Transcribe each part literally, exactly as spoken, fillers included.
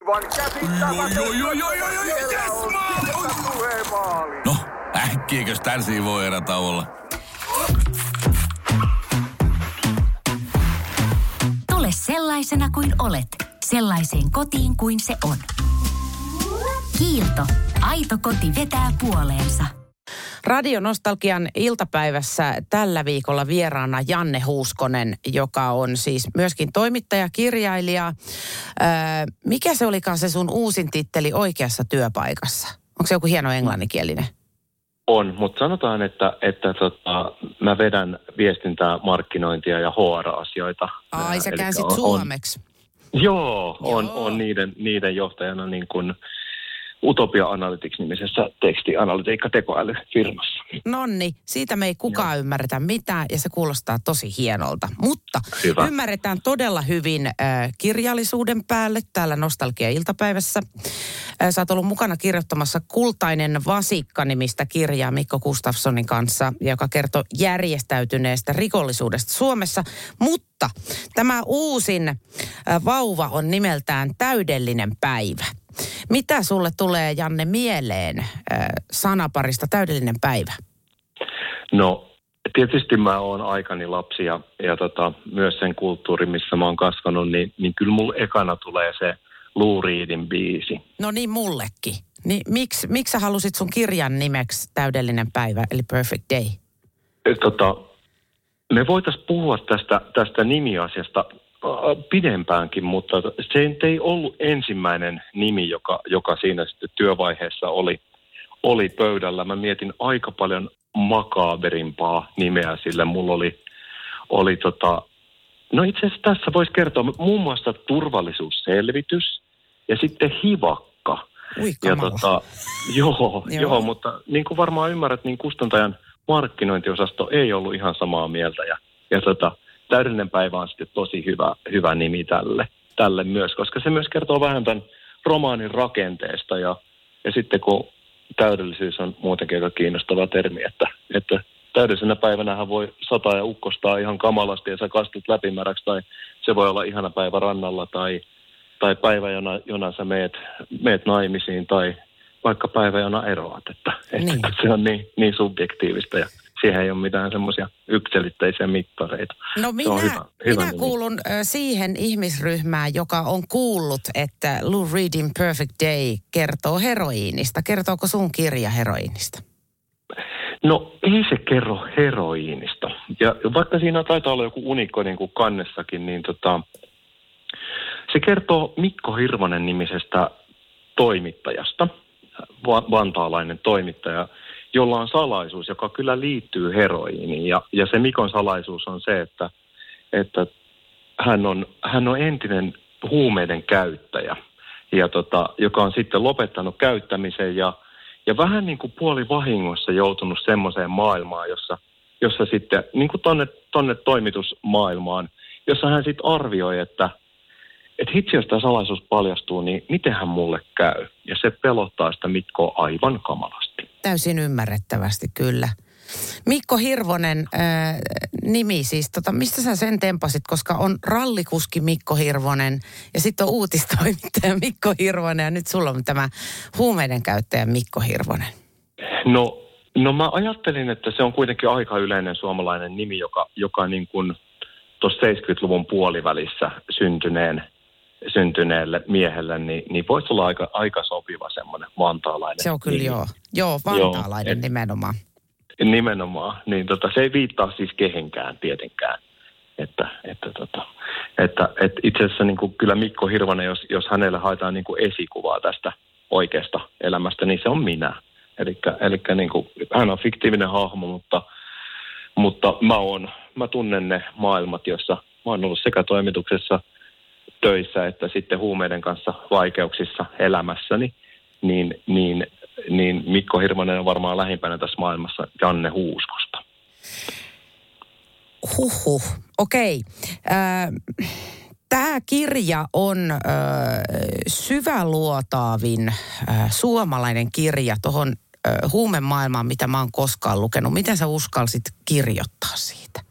Aivan käsittämätöntä. Joo, joo, joo, joo, joo, Siellä on sieltä tulee maali. No, äkkiäkös tän voi erätä olla? Tule sellaisena kuin olet, sellaiseen kotiin kuin se on. Kiilto. Aito koti vetää puoleensa. Radio Nostalgian iltapäivässä tällä viikolla vieraana Janne Huuskonen, joka on siis myöskin toimittaja, kirjailija. Öö, mikä se olikaan se sun uusin titteli oikeassa työpaikassa? Onko se joku hieno englanninkielinen? On, mutta sanotaan, että, että tota, mä vedän viestintää, markkinointia ja H R-asioita. Ai, sä Elikkä käänsit on, suomeksi. On, joo, on, joo. on niiden, niiden johtajana niin kuin Utopia Analytics-nimisessä tekstianalytiikka-tekoälyfirmassa. Nonni, siitä me ei kukaan Joo. ymmärretä mitään ja se kuulostaa tosi hienolta. Mutta Hyvä. Ymmärretään todella hyvin äh, kirjallisuuden päälle täällä Nostalgia-iltapäivässä. Äh, sä oot ollut mukana kirjoittamassa Kultainen vasikka-nimistä kirjaa Mikko Gustafssonin kanssa, joka kertoo järjestäytyneestä rikollisuudesta Suomessa. Mutta tämä uusin äh, vauva on nimeltään Täydellinen päivä. Mitä sulle tulee, Janne, mieleen äh, sanaparista täydellinen päivä? No, tietysti mä oon aikani lapsi ja, ja tota, myös sen kulttuurin, missä mä oon kasvanut, niin, niin kyllä mulla ekana tulee se Lou Reedin biisi. No niin, mullekin. Niin, miksi, miksi sä halusit sun kirjan nimeksi Täydellinen päivä, eli Perfect Day? Tota, me voitaisiin puhua tästä, tästä nimiasiasta pidempäänkin, mutta se ei ollut ensimmäinen nimi, joka, joka siinä sitten työvaiheessa oli, oli pöydällä. Mä mietin aika paljon makaaberimpaa nimeä sille. Mulla oli, oli tota, no itse asiassa tässä voisi kertoa muun muassa turvallisuusselvitys ja sitten hivakka. Ui, ja tota, joo, joo. joo, mutta niin kuin varmaan ymmärrät, niin kustantajan markkinointiosasto ei ollut ihan samaa mieltä ja, ja tota, Täydellinen päivä on sitten tosi hyvä, hyvä nimi tälle, tälle myös, koska se myös kertoo vähän tämän romaanin rakenteesta ja, ja sitten kun täydellisyys on muutenkin aika kiinnostava termi, että, että täydellisenä päivänähän voi sataa ja ukkostaa ihan kamalasti ja sä kastut läpimäräksi tai se voi olla ihana päivä rannalla tai, tai päivä, jona, jona sä meet, meet naimisiin tai vaikka päivä, jona eroat, että, niin. että se on niin, niin subjektiivista ja siihen ei ole mitään semmoisia yksilitteisiä mittareita. No minä, hyvä, hyvä minä kuulun äh, siihen ihmisryhmään, joka on kuullut, että Lou Reedin Perfect Day kertoo heroiinista. Kertooko sun kirja heroiinista? No ei se kerro heroiinista. Ja vaikka siinä taitaa olla joku unikko niin kuin kannessakin, niin tota, se kertoo Mikko Hirvonen nimisestä toimittajasta, va- vantaalainen toimittaja, jolla on salaisuus, joka kyllä liittyy heroiiniin. Ja, ja se Mikon salaisuus on se, että, että hän, on, hän on entinen huumeiden käyttäjä, ja tota, joka on sitten lopettanut käyttämisen ja, ja vähän niin kuin puoli vahingossa joutunut semmoiseen maailmaan, jossa, jossa sitten, niin kuin tonne, tonne toimitusmaailmaan, jossa hän sitten arvioi, että että hitsi, jos tämä salaisuus paljastuu, niin mitenhän mulle käy? Ja se pelottaa sitä Mikkoa aivan kamalasti. Täysin ymmärrettävästi, kyllä. Mikko Hirvonen äh, nimi siis, tota, mistä sä sen tempasit? Koska on rallikuski Mikko Hirvonen ja sitten on uutistoimittaja Mikko Hirvonen ja nyt sulla on tämä huumeiden käyttäjä Mikko Hirvonen. No, no mä ajattelin, että se on kuitenkin aika yleinen suomalainen nimi, joka, joka niin kuin tuossa seitsemänkymmentäluvun puolivälissä syntyneen syntyneelle miehelle, niin, niin voisi olla aika, aika sopiva semmoinen vantaalainen. Se on kyllä nimi. joo. Joo, vantaalainen joo, nimenomaan. Nimenomaan. Niin tota, se ei viittaa siis kehenkään tietenkään. Että, että, tota, että, että itse asiassa niin kuin kyllä Mikko Hirvonen, jos, jos hänelle haetaan niin kuin esikuvaa tästä oikeasta elämästä, niin se on minä. Elikkä, elikkä niin kuin, hän on fiktiivinen hahmo, mutta, mutta mä, on, mä tunnen ne maailmat, joissa mä oon ollut sekä toimituksessa töissä, että sitten huumeiden kanssa vaikeuksissa elämässäni, niin, niin, niin Mikko Hirvonen on varmaan lähimpänä tässä maailmassa Janne Huuskosta. Huhhuh, okei. Äh, Tämä kirja on äh, syväluotaavin äh, suomalainen kirja tuohon äh, huumemaailmaan, mitä mä oon koskaan lukenut. Miten sä uskalsit kirjoittaa siitä?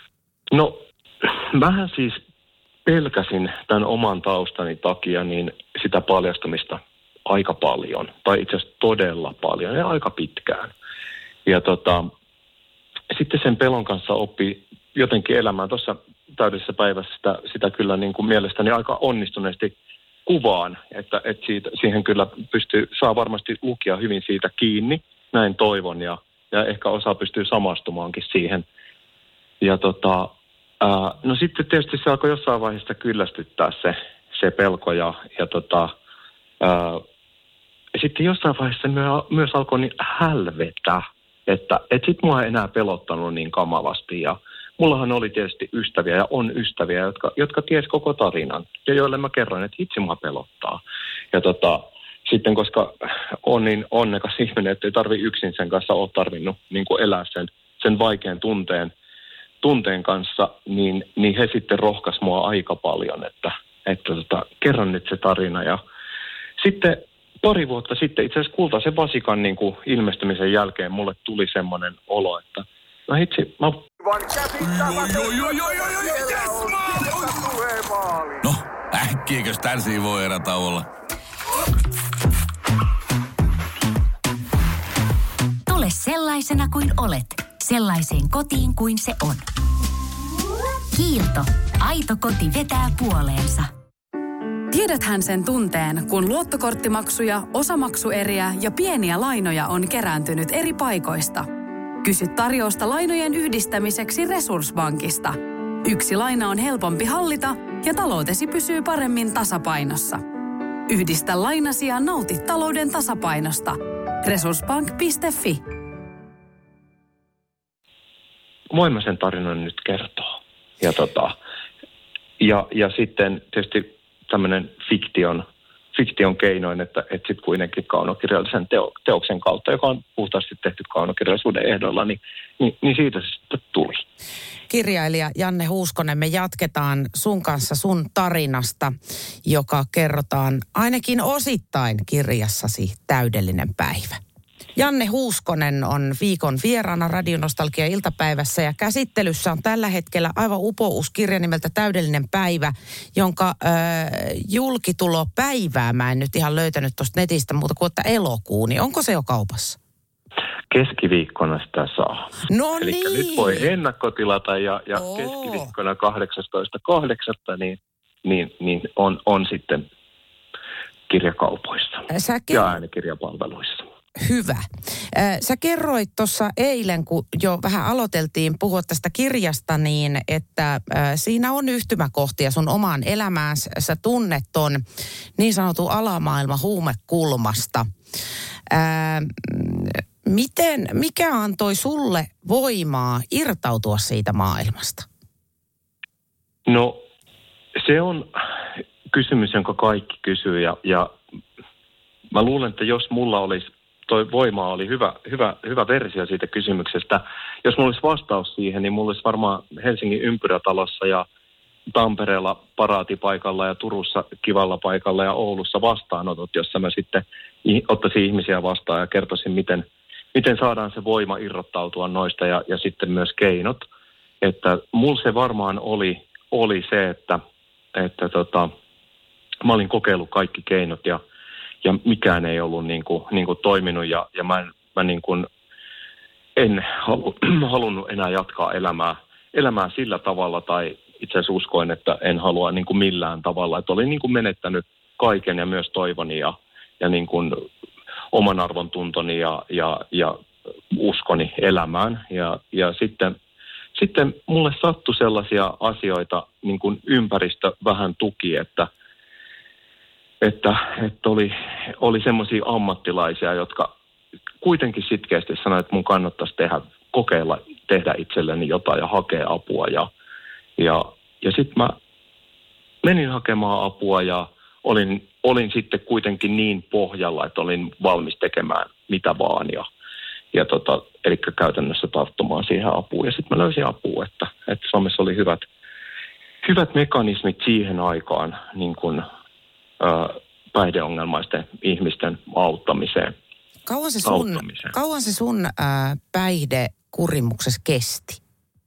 No, vähän siis pelkäsin tämän oman taustani takia niin sitä paljastumista aika paljon, tai itse asiassa todella paljon ja aika pitkään. Ja tota, sitten sen pelon kanssa oppi jotenkin elämään tuossa täydellisessä päivässä sitä, sitä kyllä niin kuin mielestäni aika onnistuneesti kuvaan, että, että siitä, siihen kyllä pystyy, saa varmasti lukija hyvin siitä kiinni, näin toivon, ja, ja ehkä osa pystyy samastumaankin siihen. Ja tota, ää, no sitten tietysti se alkoi jossain vaiheessa kyllästyttää se, se pelko, ja, ja tota, ää, sitten jossain vaiheessa myö, myös alkoi niin hälvetä, että et sit mua ei enää pelottanut niin kamalasti, ja mullahan oli tietysti ystäviä ja on ystäviä, jotka, jotka ties koko tarinan ja joille mä kerroin, että itse mua pelottaa. Ja tota, sitten koska on niin onnekas ihminen, että ei tarvitse yksin sen kanssa ole tarvinnut niin kuin elää sen, sen vaikean tunteen, tunteen kanssa, niin, niin he sitten rohkas mua aika paljon, että, että tota, kerron nyt se tarina. Ja sitten pari vuotta sitten itse asiassa Kultaisen vasikan niin kuin ilmestymisen jälkeen mulle tuli semmoinen olo, että no hitsi, mä Aivan käsittämätöntä. Siellä on, sieltä tulee maali. No, äkkiäkös tän voi erätä olla? Tule sellaisena kuin olet, sellaiseen kotiin kuin se on. Kiilto. Aito koti vetää puoleensa. Tiedäthän sen tunteen, kun luottokorttimaksuja, osamaksueriä ja pieniä lainoja on kerääntynyt eri paikoista. Kysy tarjousta lainojen yhdistämiseksi Resurssbankista. Yksi laina on helpompi hallita ja taloutesi pysyy paremmin tasapainossa. Yhdistä lainasi ja nauti talouden tasapainosta. Resurssbank piste fi. Voin mä sen tarinan nyt kertoa. Ja, tota, ja, ja sitten tietysti tämmöinen fiktion, fiktion keinoin, että, että sitten kuitenkin kaunokirjallisen teo, teoksen kautta, joka on puhtaasti tehty kaunokirjallisuuden ehdolla, niin, niin, niin siitä se sitten tuli. Kirjailija Janne Huuskonen, me jatketaan sun kanssa sun tarinasta, joka kerrotaan ainakin osittain kirjassasi Täydellinen päivä. Janne Huuskonen on viikon vieraana Radionostalgia-iltapäivässä ja käsittelyssä on tällä hetkellä aivan upouus kirja nimeltä Täydellinen päivä, jonka äh, julkitulopäivää mä en nyt ihan löytänyt tuosta netistä muuta kuin että elokuu, niin onko se jo kaupassa? Keskiviikkona sitä saa. No Eli niin. nyt voi ennakkotilata ja, ja Oo. keskiviikkona kahdeksastoista kahdeksasta niin, niin, niin on, on sitten kirjakaupoissa Sä ker- ja äänikirjapalveluissa. Hyvä. Sä kerroit tuossa eilen, kun jo vähän aloiteltiin puhua tästä kirjasta, niin että siinä on yhtymäkohtia sun omaan elämään. Sä tunnet ton niin sanotun alamaailman huumekulmasta. Ää, miten, mikä antoi sulle voimaa irtautua siitä maailmasta? No se on kysymys, jonka kaikki kysyy ja, ja mä luulen, että jos mulla olisi toi voima oli hyvä, hyvä, hyvä versio siitä kysymyksestä. Jos mulla olisi vastaus siihen, niin mulla olisi varmaan Helsingin Ympyrätalossa ja Tampereella paraatipaikalla ja Turussa kivalla paikalla ja Oulussa vastaanotot, jossa mä sitten ottaisin ihmisiä vastaan ja kertoisin, miten, miten saadaan se voima irrottautua noista ja, ja sitten myös keinot. Että mulla se varmaan oli, oli se, että, että tota, mä olin kokeillut kaikki keinot ja Ja mikään ei ollut niin kuin, niin kuin toiminut ja, ja mä, en, mä niin kuin en halu, halunnut enää jatkaa elämää, elämää sillä tavalla tai itse asiassa uskoin, että en halua niin kuin millään tavalla. Että olin niin kuin menettänyt kaiken ja myös toivoni ja, ja niin kuin oman arvon tuntoni ja, ja, ja uskoni elämään. Ja, ja sitten, sitten mulle sattui sellaisia asioita, niin kuin ympäristö vähän tuki, että Että, että oli, oli semmoisia ammattilaisia, jotka kuitenkin sitkeästi sanoivat, että mun kannattaisi tehdä, kokeilla tehdä itselleni jotain ja hakea apua. Ja, ja, ja sitten mä menin hakemaan apua ja olin, olin sitten kuitenkin niin pohjalla, että olin valmis tekemään mitä vaan. Ja, ja tota, eli käytännössä tarttumaan siihen apuun. Ja sitten mä löysin apua, että, että Suomessa oli hyvät, hyvät mekanismit siihen aikaan, niin kuin päihdeongelmaisten ihmisten auttamiseen. Kauan se sun, kauan se sun ää, päihdekurimuksessa kesti?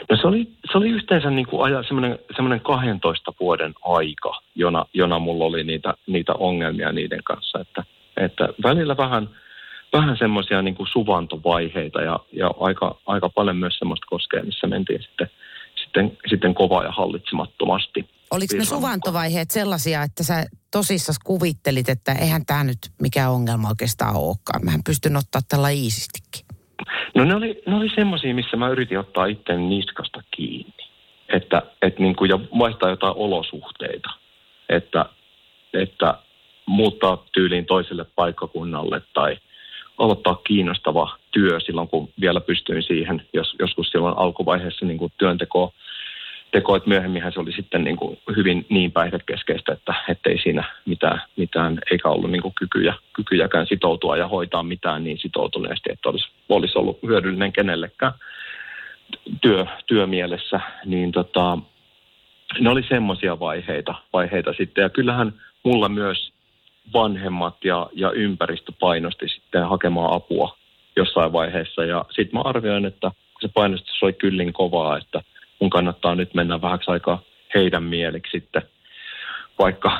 No se oli, se oli yhteensä niin kuin aja, semmoinen, semmoinen kahdentoista vuoden aika, jona, jona mulla oli niitä, niitä ongelmia niiden kanssa. Että, että välillä vähän, vähän semmoisia niin kuin suvantovaiheita ja, ja aika, aika paljon myös semmoista koskea, missä mentiin sitten, sitten, sitten kovaa ja hallitsemattomasti. Oliko ne suvantovaiheet sellaisia, että sä tosissas kuvittelit, että eihän tämä nyt mikään ongelma oikeastaan olekaan? Mähän pystyn ottaa tällä iisistikin. No ne oli, ne oli semmoisia, missä mä yritin ottaa itteen niskasta kiinni. Että, et niin kuin, ja vaihtaa jotain olosuhteita. Että, että muuttaa tyyliin toiselle paikkakunnalle tai aloittaa kiinnostava työ silloin, kun vielä pystyin siihen. Jos, joskus silloin alkuvaiheessa niin kuin työntekoa. Teko, että myöhemminhän se oli sitten niin kuin hyvin niin päihdekeskeistä, että ettei siinä mitään, mitään eikä ollut niin kuin kykyjä, kykyjäkään sitoutua ja hoitaa mitään niin sitoutuneesti, että olisi, olisi ollut hyödyllinen kenellekään työ, työmielessä. Niin tota, ne oli semmoisia vaiheita, vaiheita sitten. Ja kyllähän mulla myös vanhemmat ja, ja ympäristö painosti sitten hakemaan apua jossain vaiheessa. Ja sitten mä arvioin, että se painostus oli kyllin kovaa, että mun kannattaa nyt mennä vähäksi aikaa heidän mieliksi sitten vaikka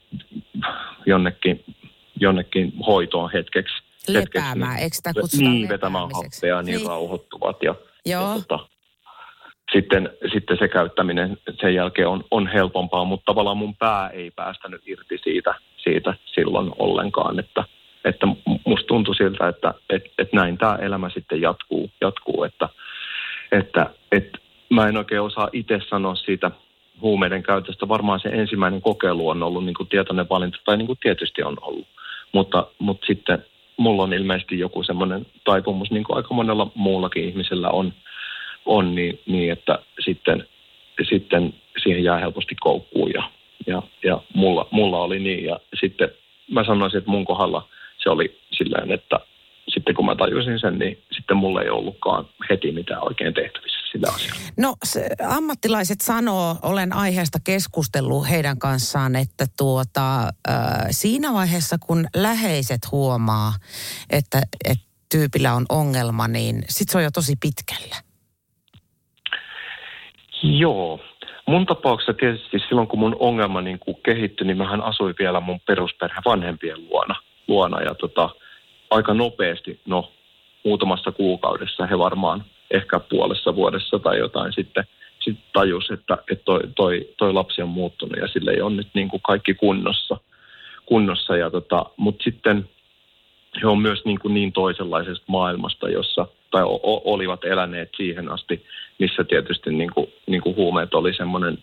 jonnekin, jonnekin hoitoon hetkeksi. Lepäämään, eikö sitä kutsuta Niin, vetämään happea, niin, niin rauhoittuvat. Ja, Joo. ja tota, sitten, sitten se käyttäminen sen jälkeen on, on helpompaa, mutta tavallaan mun pää ei päästänyt irti siitä, siitä silloin ollenkaan, että, että musta tuntui siltä, että et, et näin tämä elämä sitten jatkuu, jatkuu että, että, että mä en oikein osaa itse sanoa siitä huumeiden käytöstä. Varmaan se ensimmäinen kokeilu on ollut niin kuin tietoinen valinta, tai niin kuin tietysti on ollut. Mutta, mutta sitten mulla on ilmeisesti joku semmoinen taipumus, niin kuin aika monella muullakin ihmisellä on, on niin, niin, että sitten, sitten siihen jää helposti koukkuun. Ja, ja, ja mulla, mulla oli niin. Ja sitten mä sanoisin, että mun kohdalla se oli silleen, että sitten kun mä tajusin sen, niin sitten mulla ei ollutkaan heti mitään oikein tehtävissä sillä asialla. No se, ammattilaiset sanoo, olen aiheesta keskustellut heidän kanssaan, että tuota, äh, siinä vaiheessa kun läheiset huomaa, että, että tyypillä on ongelma, niin sit se on jo tosi pitkällä. Joo. Mun tapauksessa tietysti silloin, kun mun ongelma niin kun kehittyi, niin mähän asuin vielä mun perusperhe vanhempien luona. luona ja tota, aika nopeasti, no muutamassa kuukaudessa he varmaan ehkä puolessa vuodessa tai jotain sitten, sitten tajus, että, että toi, toi, toi lapsi on muuttunut ja sille ei ole nyt niin kuin kaikki kunnossa. kunnossa ja tota, mutta sitten he on myös niin, kuin niin toisenlaisesta maailmasta, jossa, tai o, o, olivat eläneet siihen asti, missä tietysti niin kuin, niin kuin huumeet oli semmoinen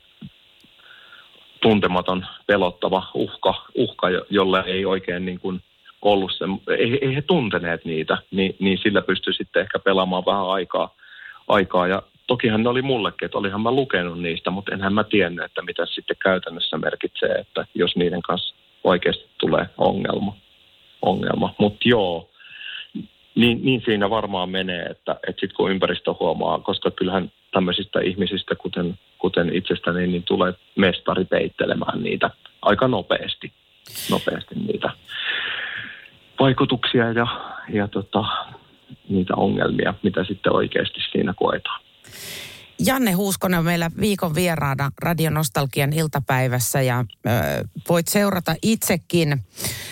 tuntematon, pelottava uhka, uhka jolle ei oikein niin kuin ollut se, ei, ei he tunteneet niitä, niin, niin sillä pystyi sitten ehkä pelaamaan vähän aikaa, aikaa. Ja tokihan ne oli mullekin, että olihan mä lukenut niistä, mutta enhän mä tiennyt, että mitä sitten käytännössä merkitsee, että jos niiden kanssa oikeasti tulee ongelma. ongelma. Mutta joo, niin, niin siinä varmaan menee, että, että sitten kun ympäristö huomaa, koska kyllähän tämmöisistä ihmisistä, kuten, kuten itsestäni, niin tulee mestari peittelemään niitä aika nopeasti, nopeasti niitä vaikutuksia ja, ja tota, niitä ongelmia, mitä sitten oikeasti siinä koetaan. Janne Huuskonen on meillä viikon vieraana Radio Nostalgian iltapäivässä ja ö, voit seurata itsekin ö,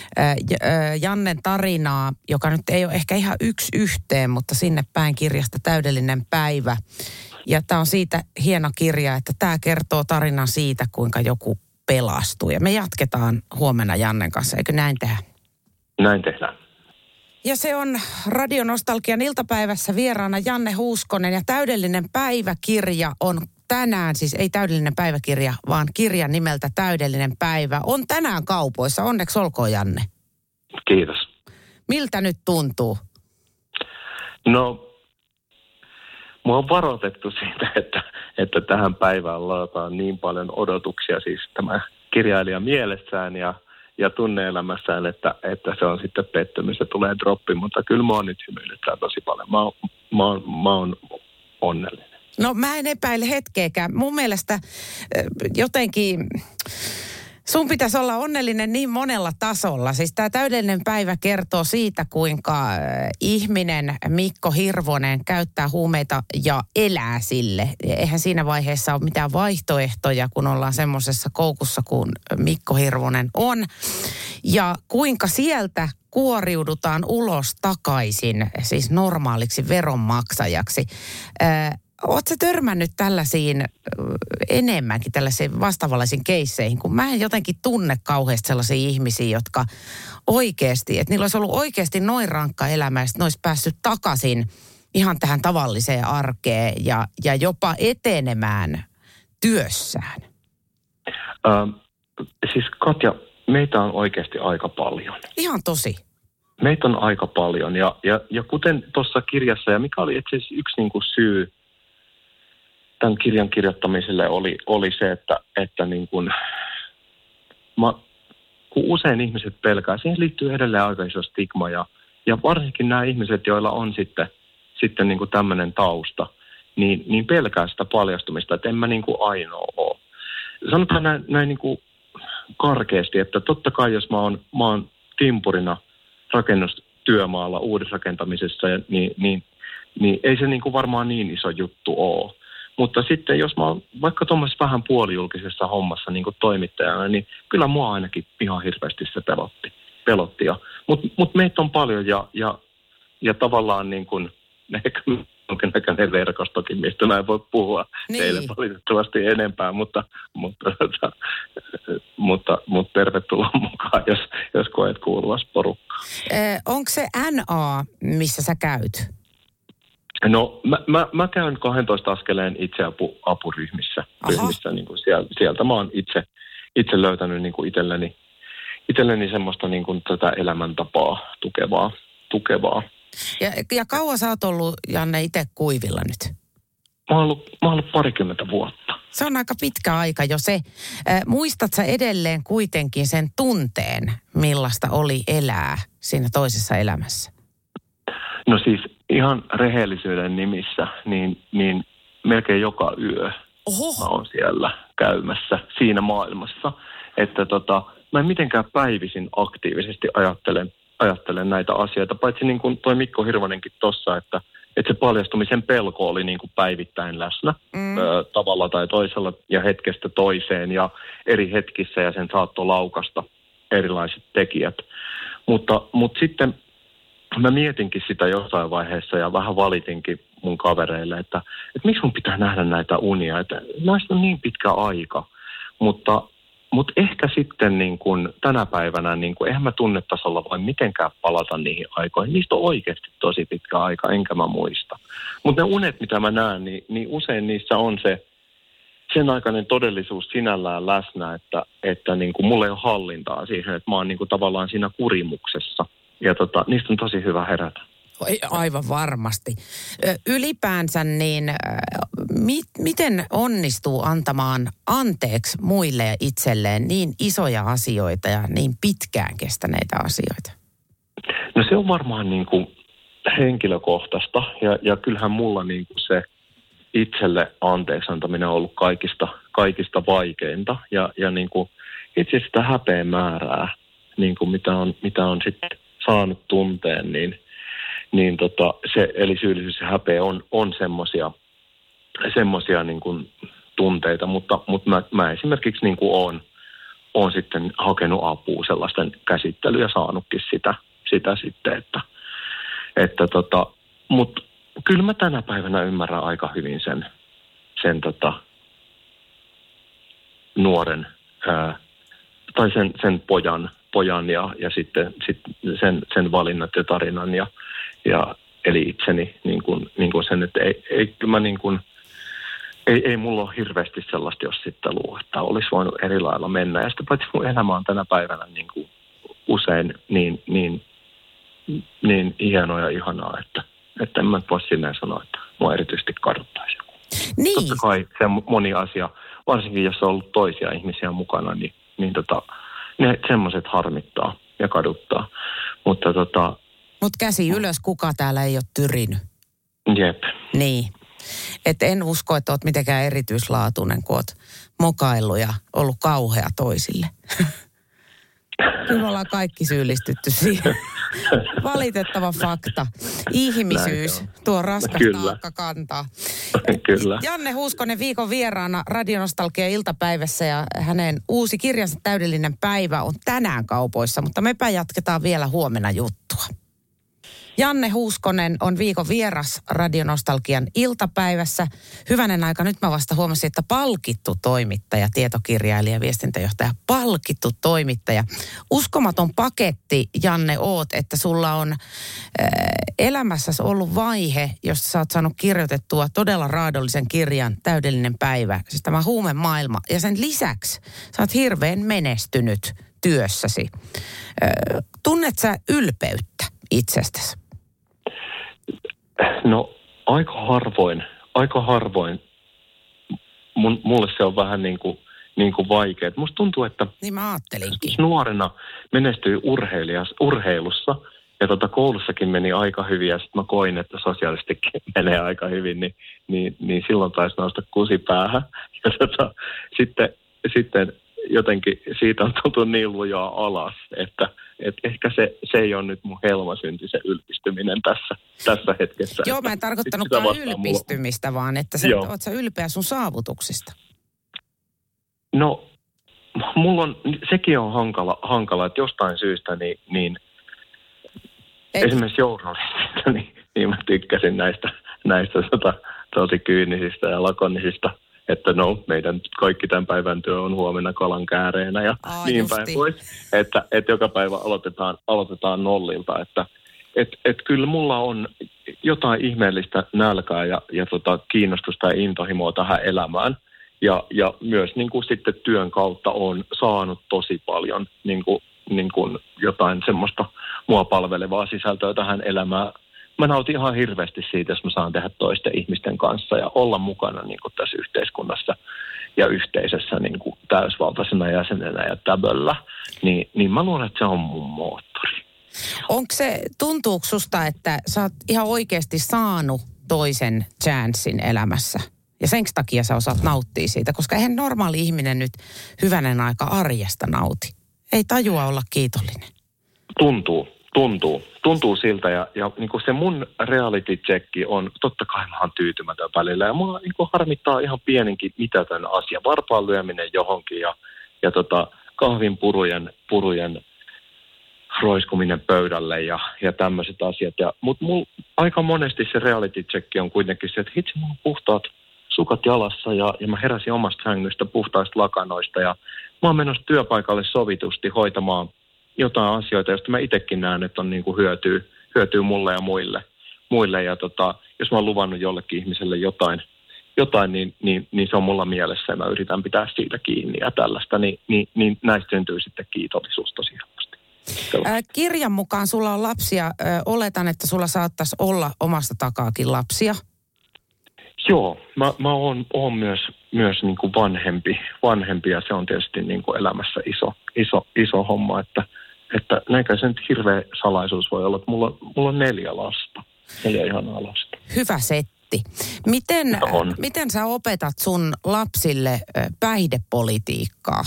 Jannen tarinaa, joka nyt ei ole ehkä ihan yksi yhteen, mutta sinne päin kirjasta Täydellinen päivä. Ja tämä on siitä hieno kirja, että tämä kertoo tarinan siitä, kuinka joku pelastuu. Ja me jatketaan huomenna Jannen kanssa, eikö näin tehdä? Näin tehdään. Ja se on Radio Nostalgian iltapäivässä vieraana Janne Huuskonen ja Täydellinen päiväkirja on tänään, siis ei Täydellinen päiväkirja, vaan kirja nimeltä Täydellinen päivä. On tänään kaupoissa. Onneksi olkoon, Janne. Kiitos. Miltä nyt tuntuu? No, mua on varoitettu siitä, että, että tähän päivään laitetaan niin paljon odotuksia, siis tämä kirjailija mielessään ja ja tunne-elämässään, että, että se on sitten pettymys ja tulee droppi, mutta kyllä mä oon nyt hymyilyttää tosi paljon. Mä oon, mä oon, mä oon onnellinen. No mä en epäile hetkeäkään. Mun mielestä jotenkin Sun pitäisi olla onnellinen niin monella tasolla. Siis tämä täydellinen päivä kertoo siitä, kuinka ihminen Mikko Hirvonen käyttää huumeita ja elää sille. Eihän siinä vaiheessa ole mitään vaihtoehtoja, kun ollaan semmoisessa koukussa kuin Mikko Hirvonen on. Ja kuinka sieltä kuoriudutaan ulos takaisin, siis normaaliksi veronmaksajaksi. Oletko törmännyt tällaisiin enemmänkin, tällaisiin vastaavanlaisiin keisseihin, kun mä en jotenkin tunne kauheasti sellaisia ihmisiä, jotka oikeasti, että niillä olisi ollut oikeasti noin rankka elämä ja sitten ne olisi päässyt takaisin ihan tähän tavalliseen arkeen ja, ja jopa etenemään työssään. Ähm, siis Katja, meitä on oikeasti aika paljon. Ihan tosi. Meitä on aika paljon ja, ja, ja kuten tuossa kirjassa, ja mikä oli itse asiassa yksi niin kuin syy tämän kirjan kirjoittamiselle oli, oli se, että, että niin kuin, mä, kun usein ihmiset pelkää, siihen liittyy edelleen aika iso stigma ja, ja varsinkin nämä ihmiset, joilla on sitten, sitten niin kuin tämmöinen tausta, niin, niin pelkää sitä paljastumista, että en mä niin kuin ainoa ole. Sanotaan näin, näin niin kuin karkeasti, että totta kai jos mä oon, mä oon timpurina rakennustyömaalla uudisrakentamisessa, niin, niin, niin ei se niin kuin varmaan niin iso juttu ole. Mutta sitten jos mä oon vaikka tuommoisessa vähän puolijulkisessa hommassa niin kuin toimittajana, niin kyllä mua ainakin ihan hirveästi se pelotti. pelotti. Mutta mut meitä on paljon ja, ja, ja tavallaan niin kuin, ehkä jonkinnäköinen verkostokin, mistä mä en voi puhua niin teille valitettavasti enempää, mutta, mutta, mutta, mutta, mutta tervetuloa mukaan, jos, jos koet kuuluvassa porukkaan. Eh, onko se N A, missä sä käyt? No mä, mä, mä käyn kahdentoista askeleen itseapu, apuryhmissä. Ryhmissä, niin kuin sieltä, sieltä mä oon itse, itse löytänyt niin kuin itselleni, itselleni semmoista niin kuin tätä elämäntapaa tukevaa. tukevaa. Ja, ja kauan sä oot ollut, Janne, itse kuivilla nyt? Mä oon ollut, mä oon ollut parikymmentä vuotta. Se on aika pitkä aika jo se. Äh, muistat sä edelleen kuitenkin sen tunteen, millaista oli elää siinä toisessa elämässä? No siis ihan rehellisyyden nimissä, niin, niin melkein joka yö Oho. mä oon siellä käymässä siinä maailmassa. Että tota, mä en mitenkään päivisin aktiivisesti ajattelen, ajattelen näitä asioita, paitsi niin kuin toi Mikko Hirvonenkin tossa, että, että se paljastumisen pelko oli niin kuin päivittäin läsnä mm. ö, tavalla tai toisella ja hetkestä toiseen ja eri hetkissä ja sen saattoi laukasta erilaiset tekijät. Mutta, mutta sitten mä mietinkin sitä jossain vaiheessa ja vähän valitinkin mun kavereille, että, että miksi mun pitää nähdä näitä unia, että näistä on niin pitkä aika, mutta, mutta ehkä sitten niin kuin tänä päivänä, niin kuin, eihän mä tunnetasolla voi mitenkään palata niihin aikoihin, niistä on oikeasti tosi pitkä aika, enkä mä muista. Mutta ne unet, mitä mä näen, niin, niin usein niissä on se sen aikainen todellisuus sinällään läsnä, että, että niin kuin mulla ei ole hallintaa siihen, että mä oon niin kuin tavallaan siinä kurimuksessa. Ja tota, niistä on tosi hyvä herätä. Aivan varmasti. Ylipäänsä niin, mi- miten onnistuu antamaan anteeksi muille ja itselleen niin isoja asioita ja niin pitkään kestäneitä asioita? No se on varmaan niin kuin henkilökohtaista ja, ja kyllähän mulla niin kuin se itselle anteeksi antaminen on ollut kaikista, kaikista vaikeinta ja, ja niin kuin itse sitä häpeen määrää, niin kuin mitä on, mitä on sitten saanut tunteen, niin, niin tota, se, eli syyllisyys ja häpeä on, on semmoisia semmosia niin kuin tunteita, mutta, mutta mä, mä esimerkiksi niin kuin olen, olen sitten hakenut apua sellaisten käsittelyä ja saanutkin sitä, sitä sitten, että, että tota, mutta kyllä mä tänä päivänä ymmärrän aika hyvin sen, sen tota, nuoren ää, tai sen, sen pojan, pojan ja, ja sitten sit sen, sen valinnat ja tarinan ja, ja eli itseni niin kuin, niin kuin sen, että ei, ei, mä niin kuin, ei, ei mulla ole hirveästi sellaista jos sitten luo, että olisi voinut eri lailla mennä. Ja sitten paitsi mun elämä on tänä päivänä niin kuin usein niin, niin, niin hienoa ja ihanaa, että, että en mä voi silleen sanoa, että mua erityisesti kadottaisi. Niin. Totta kai se moni asia, varsinkin jos on ollut toisia ihmisiä mukana, niin, niin tota, ne semmoiset harmittaa ja kaduttaa. Mutta tota... Mut käsi ylös, kuka täällä ei ole tyrinyt. Jep. Niin. Että en usko, että oot mitenkään erityislaatuinen, kun oot mokaillut ja ollut kauhea toisille. Kyllä me ollaan kaikki syyllistytty siihen. Valitettava fakta. Ihmisyys, tuo raskas taakka kantaa. Kyllä. Janne Huuskonen viikon vieraana Radionostalgia iltapäivässä ja hänen uusi kirjansa Täydellinen päivä on tänään kaupoissa, mutta mepä jatketaan vielä huomenna juttua. Janne Huuskonen on viikon vieras Radionostalgian iltapäivässä. Hyvänen aika, nyt mä vasta huomasin, että palkittu toimittaja, tietokirjailija, viestintäjohtaja, palkittu toimittaja. Uskomaton paketti, Janne, oot, että sulla on äh, elämässäsi ollut vaihe, josta sä oot saanut kirjoitettua todella raadollisen kirjan Täydellinen päivä, siis tämä huumemaailma. Ja sen lisäksi sä oot hirveän menestynyt työssäsi. Äh, tunnet sä ylpeyttä itsestäsi? No aika harvoin, aika harvoin. Mun, mulle se on vähän niin kuin, niin kuin vaikea. Musta tuntuu, että niin mä ajattelinkin. Nuorena menestyi urheilijas, urheilussa ja tota, koulussakin meni aika hyvin ja sitten mä koin, että sosiaalistikin menee aika hyvin, niin, niin, niin silloin taisi nousta kusi päähän. Ja tota, sitten, sitten jotenkin siitä on tultu niin lujaa alas, että et ehkä se, se ei ole nyt mun helmasynti, se ylpistyminen tässä, tässä hetkessä. Joo, mä en tarkoittanutkaan ylpistymistä, mulla... vaan että sä, oot sä ylpeä sun saavutuksista. No, mulla on, sekin on hankala, hankala että jostain syystä niin, niin esimerkiksi journalistista, niin, niin mä tykkäsin näistä, näistä tota, tosi kyynisistä ja lakonisista, että no, meidän kaikki tämän päivän työ on huomenna kalan kääreenä ja Aa, niin justi. Päin pois. Että, että joka päivä aloitetaan, aloitetaan nollilta. Että et, et kyllä mulla on jotain ihmeellistä nälkää ja, ja tota, kiinnostusta ja intohimoa tähän elämään. Ja, ja myös niin kuin sitten työn kautta on saanut tosi paljon niin kuin, niin kuin jotain semmoista mua palvelevaa sisältöä tähän elämään. Mä nautin ihan hirveästi siitä, jos mä saan tehdä toisten ihmisten kanssa ja olla mukana niin kuin tässä yhteiskunnassa ja yhteisössä niin kuin täysvaltaisena jäsenenä ja täböllä. Niin, niin mä luulen, että se on mun moottori. Onko se, tuntuuko susta, että sä oot ihan oikeasti saanut toisen chanssin elämässä? Ja sen takia sä osaat nauttia siitä, koska eihän normaali ihminen nyt hyvänen aika arjesta nauti. Ei tajua olla kiitollinen. Tuntuu. Tuntuu. Tuntuu siltä ja, ja niin kuin se mun reality checki on, totta kai mä oon tyytymätön välillä ja mua niin kuin harmittaa ihan pieninkin mitätön asia. Varpaan lyöminen johonkin ja, ja tota, kahvin purujen, purujen roiskuminen pöydälle ja, ja tämmöiset asiat. Mutta aika monesti se reality checki on kuitenkin se, että hitsi mulla on puhtaat sukat jalassa ja, ja mä heräsin omasta sängystä puhtaista lakanoista ja mä oon menossa työpaikalle sovitusti hoitamaan jotain asioita, joista mä itsekin näen, että on niin kuin hyötyy, hyötyy mulle ja muille. muille. Ja tota, jos mä oon luvannut jollekin ihmiselle jotain, jotain niin, niin, niin se on mulla mielessä ja mä yritän pitää siitä kiinni ja tällaista, niin, niin, niin näistä syntyy sitten kiitollisuus tosi helposti. Ää, kirjan mukaan sulla on lapsia. Ö, oletan, että sulla saattaisi olla omasta takaakin lapsia. Joo, mä, mä oon, oon myös, myös niin kuin vanhempi, vanhempi ja se on tietysti niin kuin elämässä iso, iso, iso homma, että Että näinkään se nyt hirveä salaisuus voi olla, että mulla, mulla on neljä lasta, neljä ihanaa lasta. Hyvä setti. Miten, miten sä opetat sun lapsille päihdepolitiikkaa?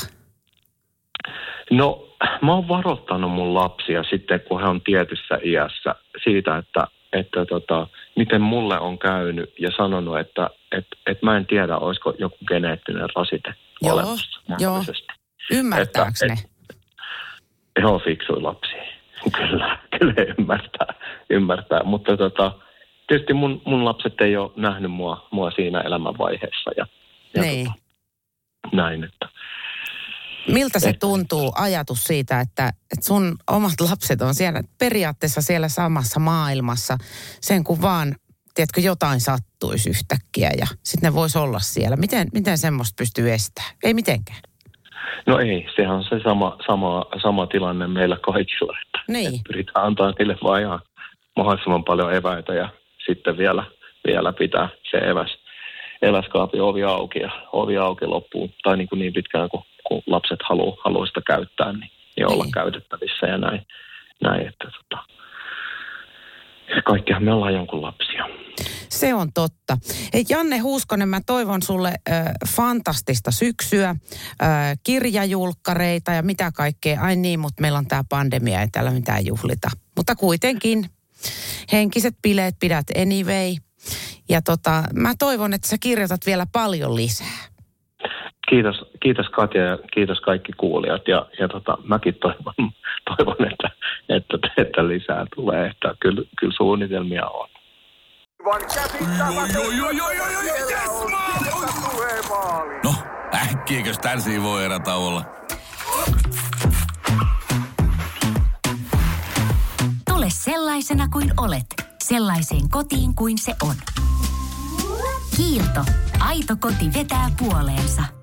No, mä oon varoittanut mun lapsia sitten, kun he on tietyssä iässä siitä, että, että tota, miten mulle on käynyt ja sanonut, että et, et mä en tiedä, olisiko joku geneettinen rasite joo, olemassa mahdollisesti. Joo, ymmärtääkö ne? Et, he on fiksuja lapsia. Kyllä, kyllä ymmärtää, ymmärtää. Mutta tota, tietysti mun, mun lapset ei ole nähnyt mua, mua siinä elämänvaiheessa. Ja, ja niin. tota, näin, että... Miltä se tuntuu, ajatus siitä, että, että sun omat lapset on siellä periaatteessa siellä samassa maailmassa, sen kun vaan, tiedätkö, jotain sattuisi yhtäkkiä ja sitten ne vois olla siellä. Miten, miten semmoista pystyy estämään? Ei mitenkään. No ei, sehän on se sama, sama, sama tilanne meillä kaikilla, että, niin. että pyritään antaa niille vaan ihan mahdollisimman paljon eväitä ja sitten vielä, vielä pitää se eväs, eväskaapin ovi auki ja ovi auki loppuun, tai niin, kuin niin pitkään kuin, kun lapset haluaa haluu sitä käyttää, niin, niin olla käytettävissä ja näin, näin että tota, kaikkihan me ollaan jonkun lapsia. Se on totta. Hei Janne Huuskonen, mä toivon sulle äh, fantastista syksyä, äh, kirjajulkkareita ja mitä kaikkea. Ai niin, mutta meillä on tää pandemia, ei täällä mitään juhlita. Mutta kuitenkin henkiset bileet pidät anyway. Ja tota, mä toivon, että sä kirjoitat vielä paljon lisää. Kiitos, kiitos Katja ja kiitos kaikki kuulijat. Ja, ja tota, mäkin toivon, toivon että, että, että lisää tulee. Että kyllä, kyllä suunnitelmia on. No, äkkiäkös tän voi erätä olla? Tule sellaisena kuin olet, sellaiseen kotiin kuin se on. Kiilto. Aito koti vetää puoleensa.